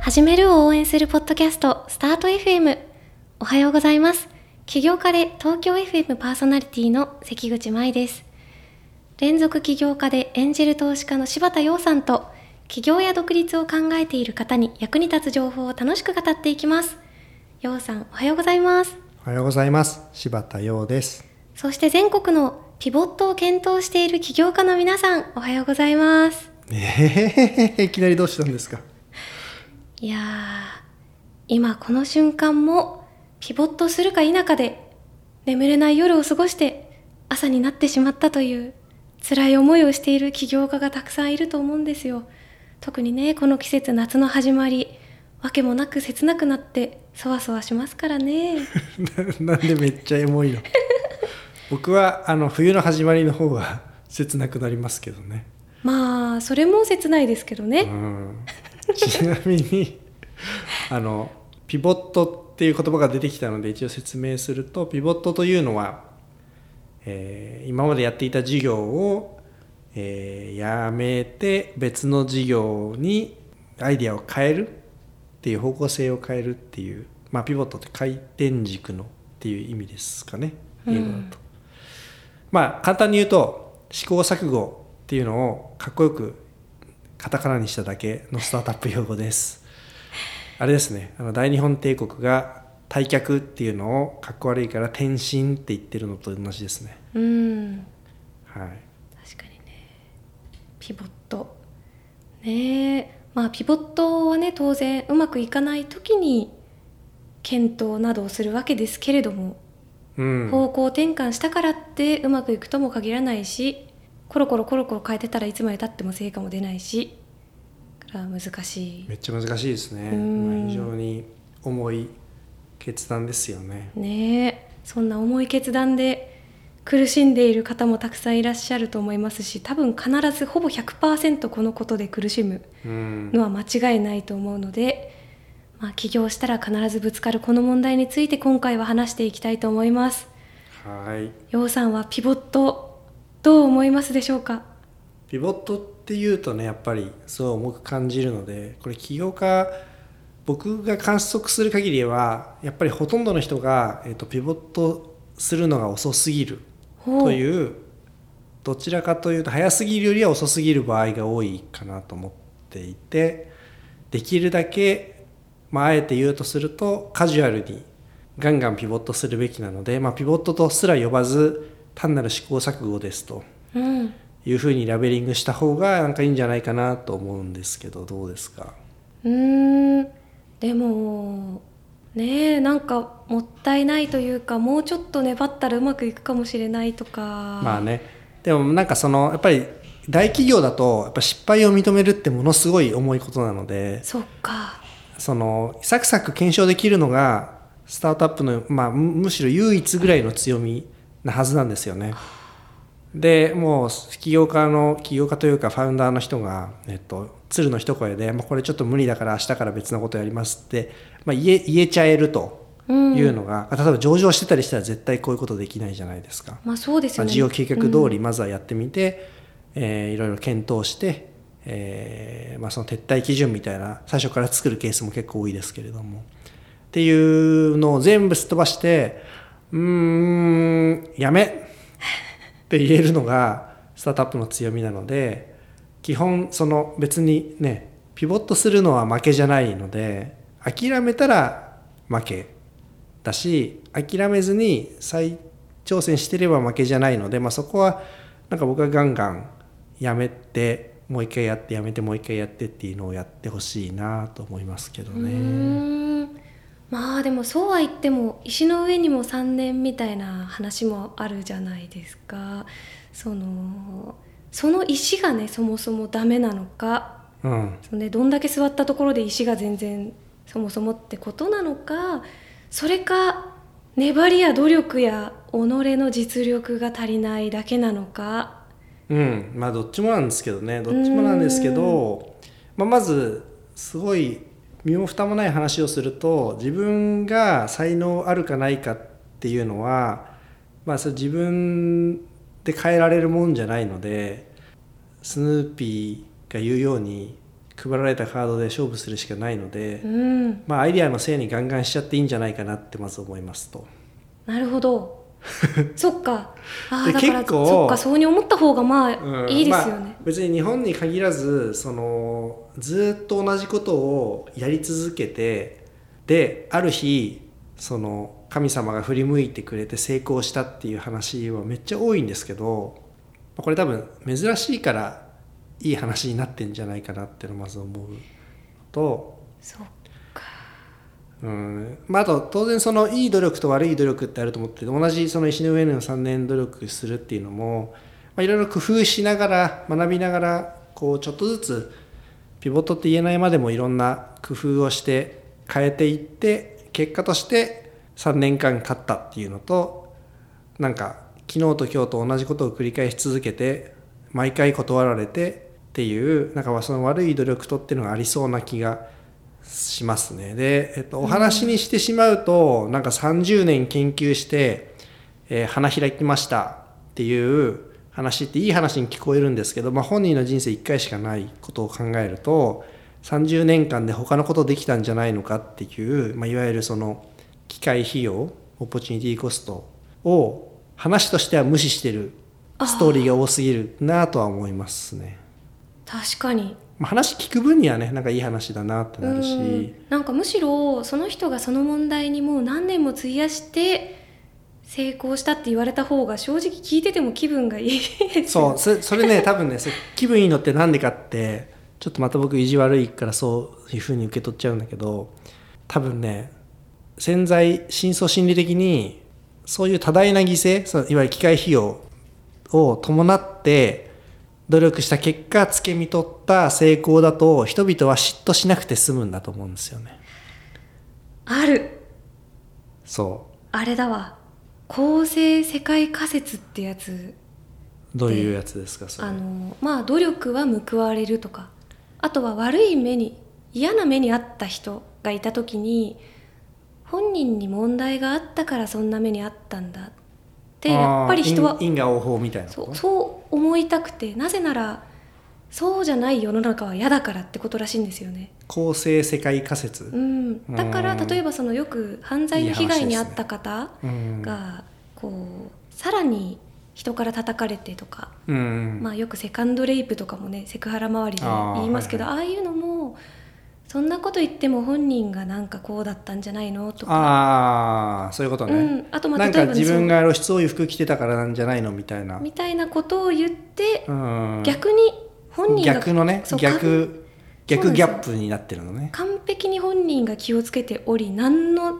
始めるを応援するポッドキャストスタート FM。 おはようございます。起業家で東京 FM パーソナリティの関口舞です。連続起業家でエンジェル投資家の柴田洋さんと、起業や独立を考えている方に役に立つ情報を楽しく語っていきます。洋さん、おはようございます。 おはようございます。柴田洋です。 そして全国のピボットを検討している起業家の皆さん、おはようございます。 いきなりどうしたんですか？ いやー、今この瞬間もピボットするか否かで眠れない夜を過ごして朝になってしまったという辛い思いをしている起業家がたくさんいると思うんですよ。特にね、この季節、夏の始まり、わけもなく切なくなってそわそわしますからね。 なんでめっちゃエモいの？僕は冬の始まりの方が切なくなりますけどね。 まあそれも切ないですけどね。 ちなみにピボットっていう言葉が出てきたので一応説明すると、ピボットというのは、今までやっていた事業を、やめて別の事業にアイデアを変えるっていう方向性を変えるっていう、ピボットって回転軸のっていう意味ですかね、英語だと。簡単に言うと試行錯誤っていうのをかっこよくカタカナにしただけのスタートアップ用語です。あれですね、大日本帝国が退却っていうのをかっこ悪いから転身って言ってるのと同じですね。 はい、確かにね。ピボットね、ピボットはね、当然うまくいかない時に検討などをするわけですけれども、方向転換したからってうまくいくとも限らないし、コロコロ変えてたらいつまでたっても成果も出ないし、だから難しい。 めっちゃ難しいですね。非常に重い決断ですよね。 ねえ、そんな重い決断で苦しんでいる方もたくさんいらっしゃると思いますし、多分必ずほぼ 100% このことで苦しむのは間違いないと思うので、起業したら必ずぶつかるこの問題について今回は話していきたいと思います。 はい。 楊さんはピボットどう思いますでしょうか？ ピボットっていうとね、やっぱりそう重く感じるので、これ起業家、僕が観測する限りはやっぱりほとんどの人が、ピボットするのが遅すぎるという、どちらかというと早すぎるよりは遅すぎる場合が多いかなと思っていて、できるだけ、あえて言うとするとカジュアルにガンガンピボットするべきなので、ピボットとすら呼ばず単なる試行錯誤ですというふうにラベリングした方がなんかいいんじゃないかなと思うんですけど、どうですか？ でもね、なんかもったいないというか、もうちょっと粘ったらうまくいくかもしれないとか。 でもなんかやっぱり大企業だとやっぱ失敗を認めるってものすごい重いことなので、 そっか、 サクサク検証できるのがスタートアップの、むしろ唯一ぐらいの強みなはずなんですよね。でもう起業家というかファウンダーの人が、鶴の一声で、これちょっと無理だから明日から別のことやりますって、言えちゃえるというのが、例えば上場してたりしたら絶対こういうことできないじゃないですか。 そうですよね。 事業計画通りまずはやってみて、いろいろ検討して、その撤退基準みたいな最初から作るケースも結構多いですけれども、っていうのを全部すっ飛ばしてやめって言えるのがスタートアップの強みなので、基本別にね、ピボットするのは負けじゃないので、諦めたら負けだし、諦めずに再挑戦してれば負けじゃないので、そこはなんか僕はガンガンやめてもう一回やってやめてもう一回やってっていうのをやってほしいなと思いますけどね。 でもそうは言っても石の上にも3年みたいな話もあるじゃないですか。その石がね、そもそもダメなのか、どんだけ座ったところで石が全然そもそもってことなのか、それか粘りや努力や己の実力が足りないだけなのか。 どっちもなんですけどね。まずすごい身も蓋もない話をすると、自分が才能あるかないかっていうのは、それ自分で変えられるもんじゃないので、スヌーピーが言うように配られたカードで勝負するしかないので、 うんアイデアのせいにガンガンしちゃっていいんじゃないかなってまず思いますと。 なるほどそっかでだから結構そっかそうに思った方がいいですよね、 別に日本に限らずずっと同じことをやり続けて、である日神様が振り向いてくれて成功したっていう話はめっちゃ多いんですけど、これ多分珍しいからいい話になってんじゃないかなっていうのをまず思うと、 そっあと当然いい努力と悪い努力ってあると思ってて、同じ石の上の3年努力するっていうのも、いろいろ工夫しながら学びながらちょっとずつピボットって言えないまでもいろんな工夫をして変えていって、結果として3年間勝ったっていうのと、なんか昨日と今日と同じことを繰り返し続けて毎回断られてっていう、なんかその悪い努力とっていうのがありそうな気がしますね。で、お話にしてしまうと、なんか30年研究して、花開きましたっていう話っていい話に聞こえるんですけど、本人の人生1回しかないことを考えると、30年間で他のことできたんじゃないのかっていう、いわゆる機会費用、オポチュニティコストを話としては無視してるストーリーが多すぎるなとは思いますね。 確かに話聞く分にはね、なんかいい話だなってなるし、 なんかむしろその人がその問題にもう何年も費やして成功したって言われた方が正直聞いてても気分がいいですよ。 それね多分ね気分いいのってなんでかって、ちょっとまた僕意地悪いからそういう風に受け取っちゃうんだけど、多分ね潜在深層心理的にそういう多大な犠牲、いわゆる機会費用を伴って努力した結果つけみ取った成功だと、人々は嫉妬しなくて済むんだと思うんですよね。 あるそうあれだわ、公正世界仮説ってやつ。 どういうやつですかそれ。 努力は報われるとか、あとは悪い目に嫌な目にあった人がいた時に、本人に問題があったからそんな目にあったんだってやっぱり人は因果応報みたいなこと。 そう思いたくて、なぜならそうじゃない世の中は嫌だからってことらしいんですよね。 公正世界仮説、 だから例えばよく犯罪の被害に遭った方いい話ですね。 がさらに人から叩かれてとか、よくセカンドレイプとかもね、セクハラ周りで言いますけど、ああいうのもそんなこと言っても本人がなんかこうだったんじゃないのとか、 そういうことね、 あと例えばなんか自分が露出多い服着てたからなんじゃないのみたいなことを言って、逆に本人が逆のね逆ギャップになってるのね。 完璧に本人が気をつけており、何の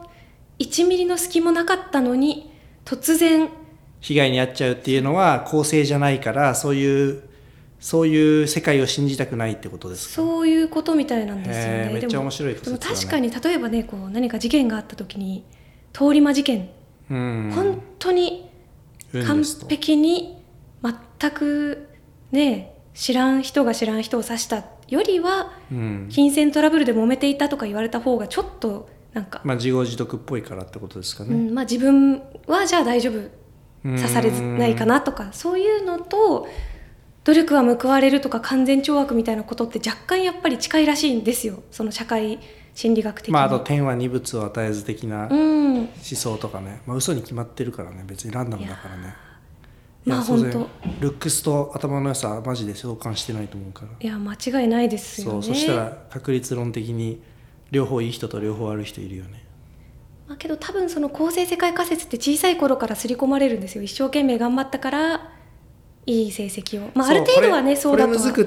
1ミリの隙もなかったのに突然被害に遭っちゃうっていうのは公正じゃないから、そういう世界を信じたくないってことですか。 そういうことみたいなんですよね。 めっちゃ面白い仮説だね。 でも確かに例えばね、何か事件があった時に通り魔事件、本当に完璧に全くね、知らん人が知らん人を刺したよりは、金銭トラブルで揉めていたとか言われた方がちょっとなんか自業自得っぽいからってことですかね。 自分はじゃあ大丈夫、刺されないかなとか、そういうのと努力は報われるとか完全懲悪みたいなことって若干やっぱり近いらしいんですよ、その社会心理学的に。 あと天は二物を与えず的な思想とかね、嘘に決まってるからね、別にランダムだからね。 本当ルックスと頭の良さはマジで相関してないと思うから。 いや間違いないですよね。 そしたら確率論的に両方いい人と両方悪い人いるよね。 けど多分その公正世界仮説って小さい頃から刷り込まれるんですよ。一生懸命頑張ったからいい成績を、ある程度はね、そうだとは。 これむずくって、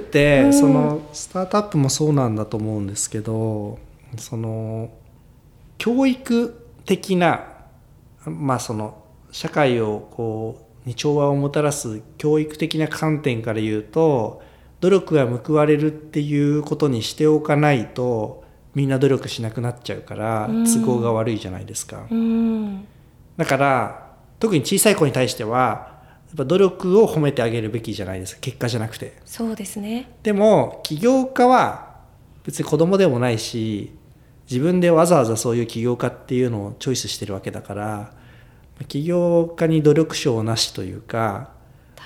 そのスタートアップもそうなんだと思うんですけど、その教育的な、その社会をに調和をもたらす教育的な観点から言うと、努力が報われるっていうことにしておかないとみんな努力しなくなっちゃうから都合が悪いじゃないですか。だから特に小さい子に対してはやっぱ努力を褒めてあげるべきじゃないですか、結果じゃなくて。 そうですね。 でも起業家は別に子供でもないし、自分でわざわざそういう起業家っていうのをチョイスしてるわけだから、起業家に努力賞なしというか、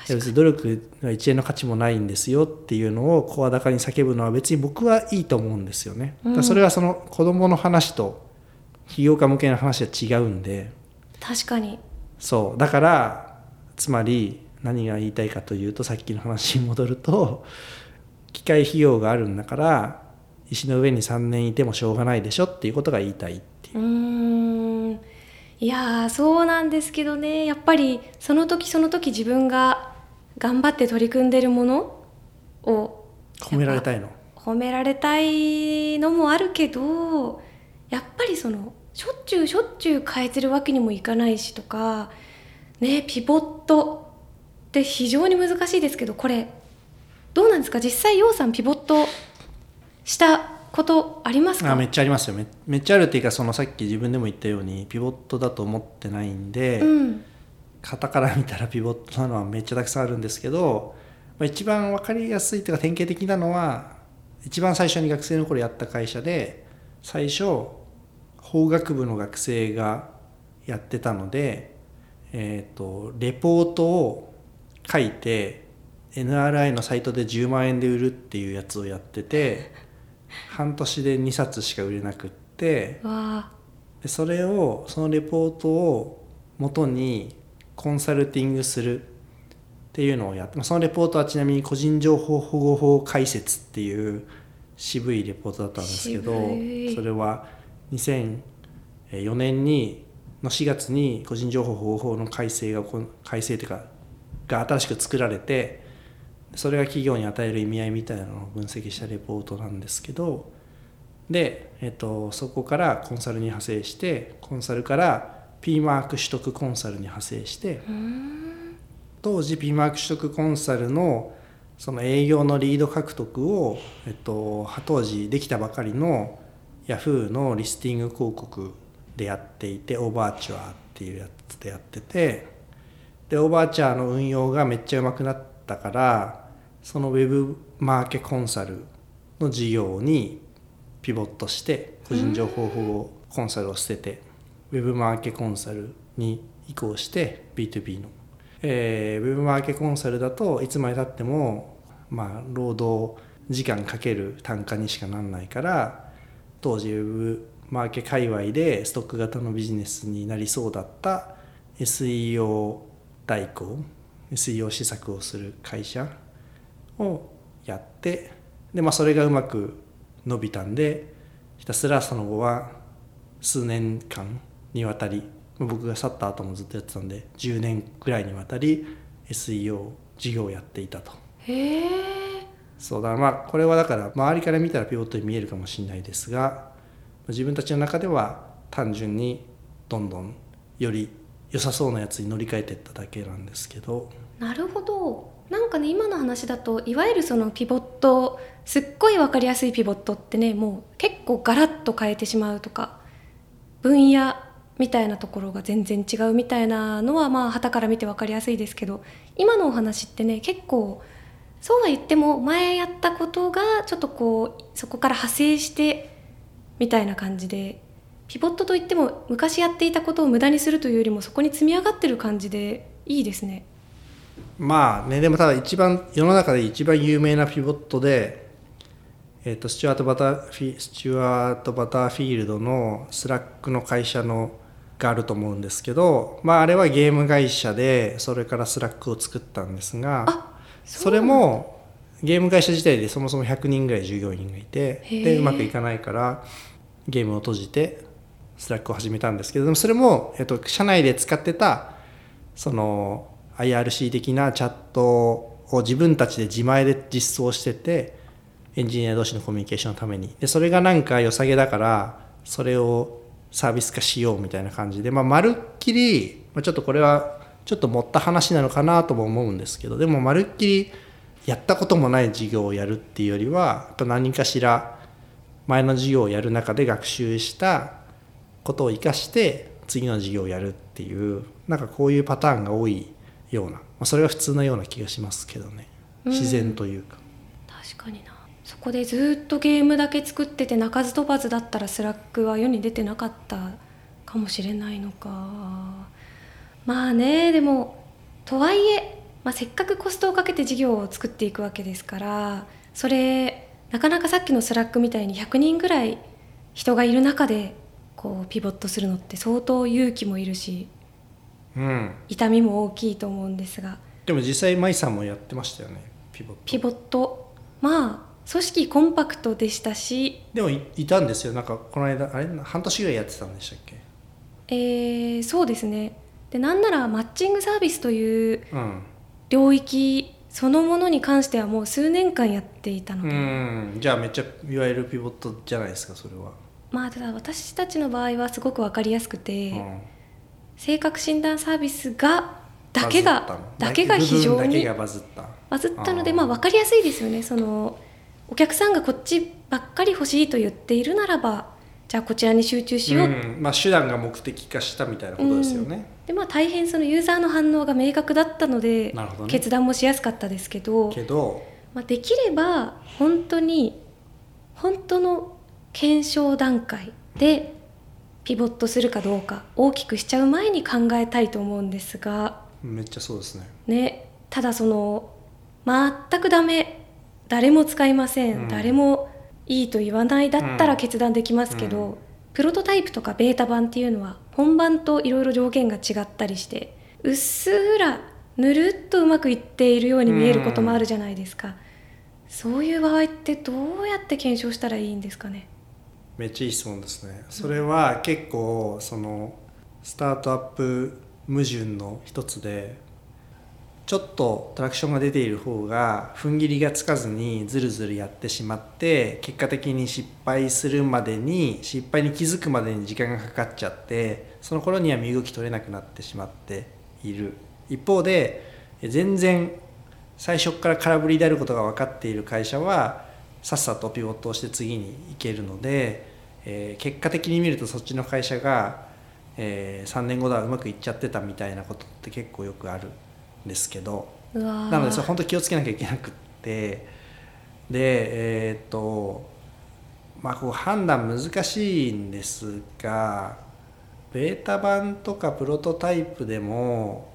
別に努力が1円の価値もないんですよっていうのを声高に叫ぶのは別に僕はいいと思うんですよね。だからそれはその子供の話と起業家向けの話は違うんで。 確かに。 そうだからつまり何が言いたいかというと、さっきの話に戻ると、機械費用があるんだから石の上に3年いてもしょうがないでしょっていうことが言いたいっていう。 いやそうなんですけどね、やっぱりその時その時自分が頑張って取り組んでるものを褒められたいの。 褒められたいのもあるけど、やっぱりそのしょっちゅう変えてるわけにもいかないしとかね、ピボットって非常に難しいですけど、これどうなんですか、実際楊さんピボットしたことありますか？ めっちゃありますよ。めっちゃあるっていうか、そのさっき自分でも言ったようにピボットだと思ってないんで、型から見たらピボットなのはめっちゃたくさんあるんですけど、一番分かりやすいというか典型的なのは、一番最初に学生の頃やった会社で、最初法学部の学生がやってたので、レポートを書いて NRI のサイトで10万円で売るっていうやつをやってて、半年で2冊しか売れなくって、でそのレポートを元にコンサルティングするっていうのをやって、そのレポートはちなみに個人情報保護法解説っていう渋いレポートだったんですけど、それは2004年の4月に個人情報保護法の改正というかが新しく作られて、それが企業に与える意味合いみたいなのを分析したレポートなんですけど、で、そこからコンサルに派生して、コンサルから P マーク取得コンサルに派生して、当時 P マーク取得コンサルのその営業のリード獲得を、当時できたばかりのヤフーのリスティング広告でやっていて、オーバーチャーっていうやつでやってて、でオーバーチャーの運用がめっちゃうまくなったから、そのウェブマーケコンサルの事業にピボットして、個人情報保護コンサルを捨ててウェブマーケコンサルに移行して B2B の、ウェブマーケコンサルだといつまでたっても労働時間かける単価にしかなんないから、当時ウェブマーケ界隈でストック型のビジネスになりそうだった SEO 代行、 SEO 施策をする会社をやって、でそれがうまく伸びたんで、ひたすらその後は数年間にわたり、僕が去った後もずっとやってたんで10年くらいにわたり SEO 事業をやっていたと。そうだ、これはだから周りから見たらピボットに見えるかもしれないですが、自分たちの中では単純にどんどんより良さそうなやつに乗り換えていっただけなんですけど。 なるほど。なんかね、今の話だといわゆるそのピボット、すっごい分かりやすいピボットってね、もう結構ガラッと変えてしまうとか、分野みたいなところが全然違うみたいなのは傍から見て分かりやすいですけど、今のお話ってね、結構そうは言っても前やったことがちょっとそこから派生してみたいな感じで、ピボットといっても昔やっていたことを無駄にするというよりもそこに積み上がってる感じでいいですね。 でもただ一番世の中で一番有名なピボットで、スチュワート・バターフィールドのスラックの会社があると思うんですけど、あれはゲーム会社でそれからスラックを作ったんですが、それもゲーム会社自体でそもそも100人ぐらい従業員がいて、でうまくいかないからゲームを閉じてスラックを始めたんですけど、でもそれも、社内で使ってたその IRC 的なチャットを自分たちで自前で実装してて、エンジニア同士のコミュニケーションのために、でそれがなんか良さげだからそれをサービス化しようみたいな感じで、まるっきり、ちょっとこれはちょっと盛った話なのかなとも思うんですけど、でもまるっきりやったこともない事業をやるっていうよりは、やっぱ何かしら前の事業をやる中で学習したことを生かして次の事業をやるっていう、なんかこういうパターンが多いような、それが普通なような気がしますけどね。自然というか。 確かにな。そこでずっとゲームだけ作ってて鳴かず飛ばずだったらスラックは世に出てなかったかもしれないのか。でもとはいえせっかくコストをかけて事業を作っていくわけですから、それなかなかさっきのスラックみたいに100人ぐらい人がいる中でこうピボットするのって相当勇気もいるし、痛みも大きいと思うんですが。 でも実際舞さんもやってましたよね、ピボット。 組織コンパクトでしたし。 でも いたんですよ、なんかこの間半年ぐらいやってたんでしたっけ。 そうですね。でなんならマッチングサービスという領域そのものに関してはもう数年間やっていたので、 じゃあめっちゃいわゆるピボットじゃないですか、それは。 ただ私たちの場合はすごく分かりやすくて、性格診断サービスだけが非常にバズったので、分かりやすいですよね。そのお客さんがこっちばっかり欲しいと言っているならば、じゃあこちらに集中しよう、 手段が目的化したみたいなことですよね。 で大変そのユーザーの反応が明確だったので、決断もしやすかったですけど、できれば本当の検証段階でピボットするかどうか大きくしちゃう前に考えたいと思うんですが、 めっちゃそうですね。 ただその全くダメ、誰も使いません、誰もいいと言わないだったら決断できますけど、プロトタイプとかベータ版っていうのは本番といろいろ条件が違ったりして、うっすらぬるっとうまくいっているように見えることもあるじゃないですか。そういう場合ってどうやって検証したらいいんですかね。 めっちゃいい質問ですね。それは結構そのスタートアップ矛盾の一つで、ちょっとトラクションが出ている方が踏ん切りがつかずにずるずるやってしまって、結果的に失敗に気づくまでに時間がかかっちゃって、その頃には身動き取れなくなってしまっている。一方で全然最初から空振りであることが分かっている会社はさっさとピボットをして次に行けるので、結果的に見るとそっちの会社が、3年後ではうまくいっちゃってたみたいなことって結構よくあるんですけど、なのでそれ本当気をつけなきゃいけなくって、でこう判断難しいんですが、ベータ版とかプロトタイプでも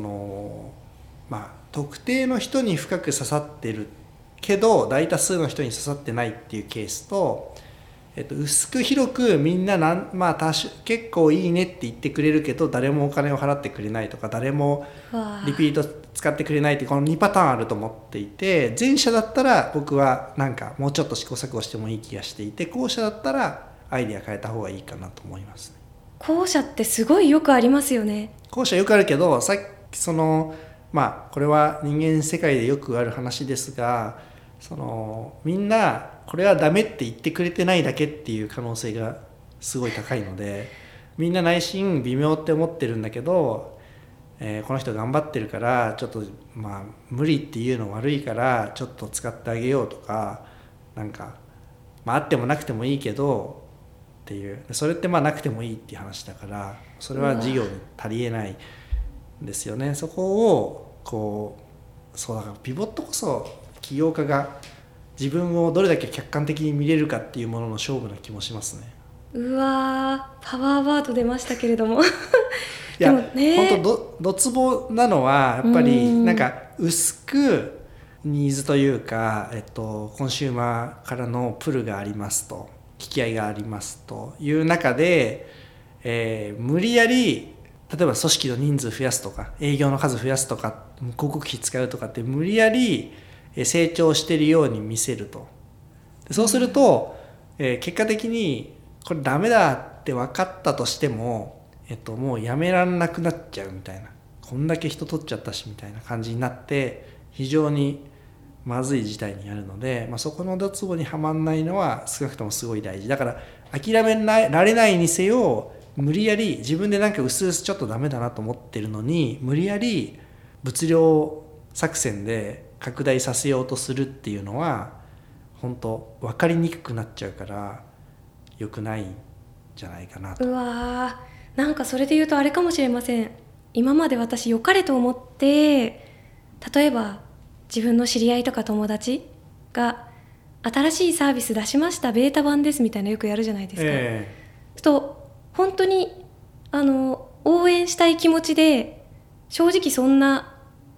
特定の人に深く刺さってるけど大多数の人に刺さってないっていうケースと、薄く広くみんな結構いいねって言ってくれるけど誰もお金を払ってくれないとか、誰もリピート使ってくれないって、この2パターンあると思っていて、前者だったら僕はなんかもうちょっと試行錯誤してもいい気がしていて、後者だったらアイデア変えた方がいいかなと思いますね。 後者ってすごいよくありますよね。 後者よくあるけど、これは人間世界でよくある話ですが、みんなこれはダメって言ってくれてないだけっていう可能性がすごい高いので、みんな内心微妙って思ってるんだけど、この人頑張ってるからちょっと無理っていうの悪いからちょっと使ってあげようとか、あってもなくてもいいけどっていう、それってなくてもいいっていう話だから、それは事業に足りえないんですよね。そこをだからピボットこそ起業家が自分をどれだけ客観的に見れるかっていうものの勝負な気もしますね。 うわー、パワーワード出ましたけれどもいや、本当ドツボなのはやっぱり薄くニーズというか、コンシューマーからのプルがありますと、引き合いがありますという中で、無理やり例えば組織の人数増やすとか営業の数増やすとか広告費使うとかって無理やり成長しているように見せると。そうすると、結果的にこれダメだって分かったとしても、もうやめらんなくなっちゃうみたいな、こんだけ人取っちゃったしみたいな感じになって非常にまずい事態になるので、そこのドツボにはまんないのは少なくともすごい大事だから、諦められないにせよ無理やり自分で薄々ちょっとダメだなと思ってるのに無理やり物量作戦で拡大させようとするっていうのは本当分かりにくくなっちゃうから良くないんじゃないかなと。 うわー、それで言うとあれかもしれません。今まで私良かれと思って例えば自分の知り合いとか友達が新しいサービス出しましたベータ版ですみたいなよくやるじゃないですか。と本当に応援したい気持ちで正直そんな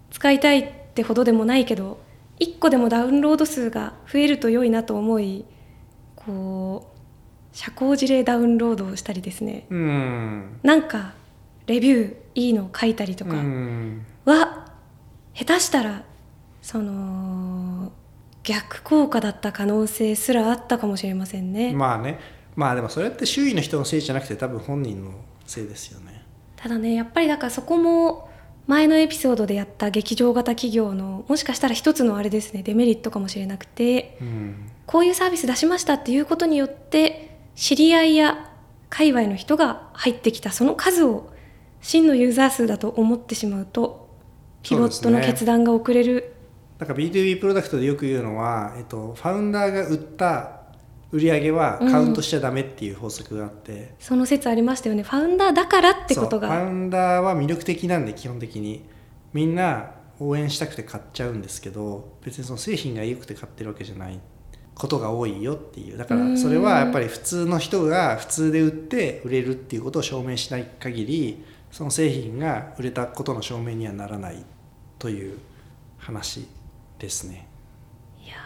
使いたいってほどでもないけど1個でもダウンロード数が増えると良いなと思い、こう社交辞令ダウンロードをしたりですね、なんかレビューいいの書いたりとかは下手したらその逆効果だった可能性すらあったかもしれませんね。 まあね、まあでもそれって周囲の人のせいじゃなくて多分本人のせいですよね。 ただね、やっぱりだからそこも前のエピソードでやった劇場型企業のもしかしたら一つのあれですね、デメリットかもしれなくて、こういうサービス出しましたっていうことによって知り合いや界隈の人が入ってきたその数を真のユーザー数だと思ってしまうとピボットの決断が遅れる。 だから B2B プロダクトでよく言うのは、ファウンダーが売った売り上げはカウントしちゃダメっていう法則があって、 その説ありましたよね。ファウンダーだからってことが。 ファウンダーは魅力的なんで、基本的にみんな応援したくて買っちゃうんですけど、別にその製品が良くて買ってるわけじゃないことが多いよっていう。だからそれはやっぱり普通の人が普通で売って売れるっていうことを証明しない限り、その製品が売れたことの証明にはならないという話ですね。 いや、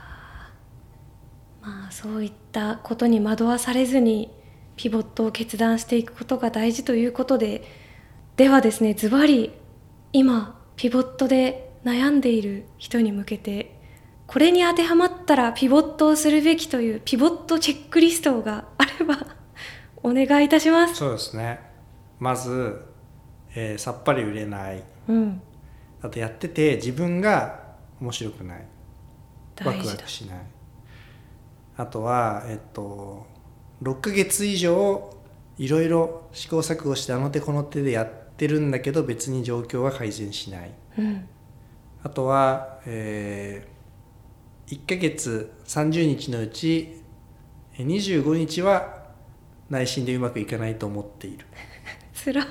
まあそういったことに惑わされずにピボットを決断していくことが大事ということで、ではですね、ズバリ今ピボットで悩んでいる人に向けて、これに当てはまったらピボットをするべきというピボットチェックリストがあればお願いいたします。 そうですね。まず、さっぱり売れない、あとやってて自分が面白くない、ワクワクしない、あとは、6ヶ月以上いろいろ試行錯誤してあの手この手でやってるんだけど別に状況は改善しない、あとは、1ヶ月30日のうち25日は内心でうまくいかないと思っているつら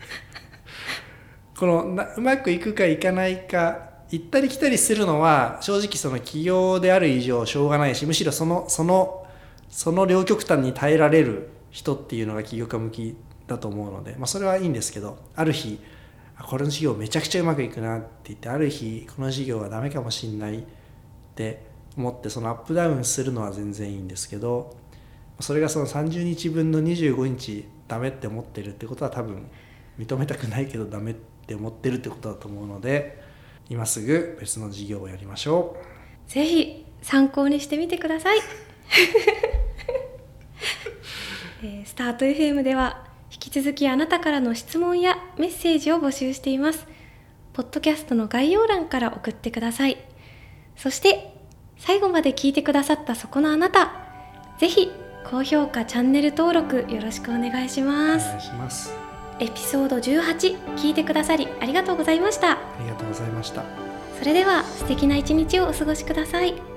このうまくいくかいかないか行ったり来たりするのは正直その企業である以上しょうがないし、むしろその両極端に耐えられる人っていうのが起業家向きだと思うので、それはいいんですけど、ある日これの事業めちゃくちゃうまくいくなって言って、ある日この事業はダメかもしんないって思ってそのアップダウンするのは全然いいんですけど、それがその30日分の25日ダメって思ってるってことは多分認めたくないけどダメって思ってるってことだと思うので、今すぐ別の事業をやりましょう。ぜひ参考にしてみてくださいスタート FM では引き続きあなたからの質問やメッセージを募集しています。ポッドキャストの概要欄から送ってください。そして最後まで聞いてくださったそこのあなた、ぜひ高評価、チャンネル登録よろしくお願いします。 お願いします。 エピソード18聞いてくださりありがとうございました。 ありがとうございました。 それでは素敵な一日をお過ごしください。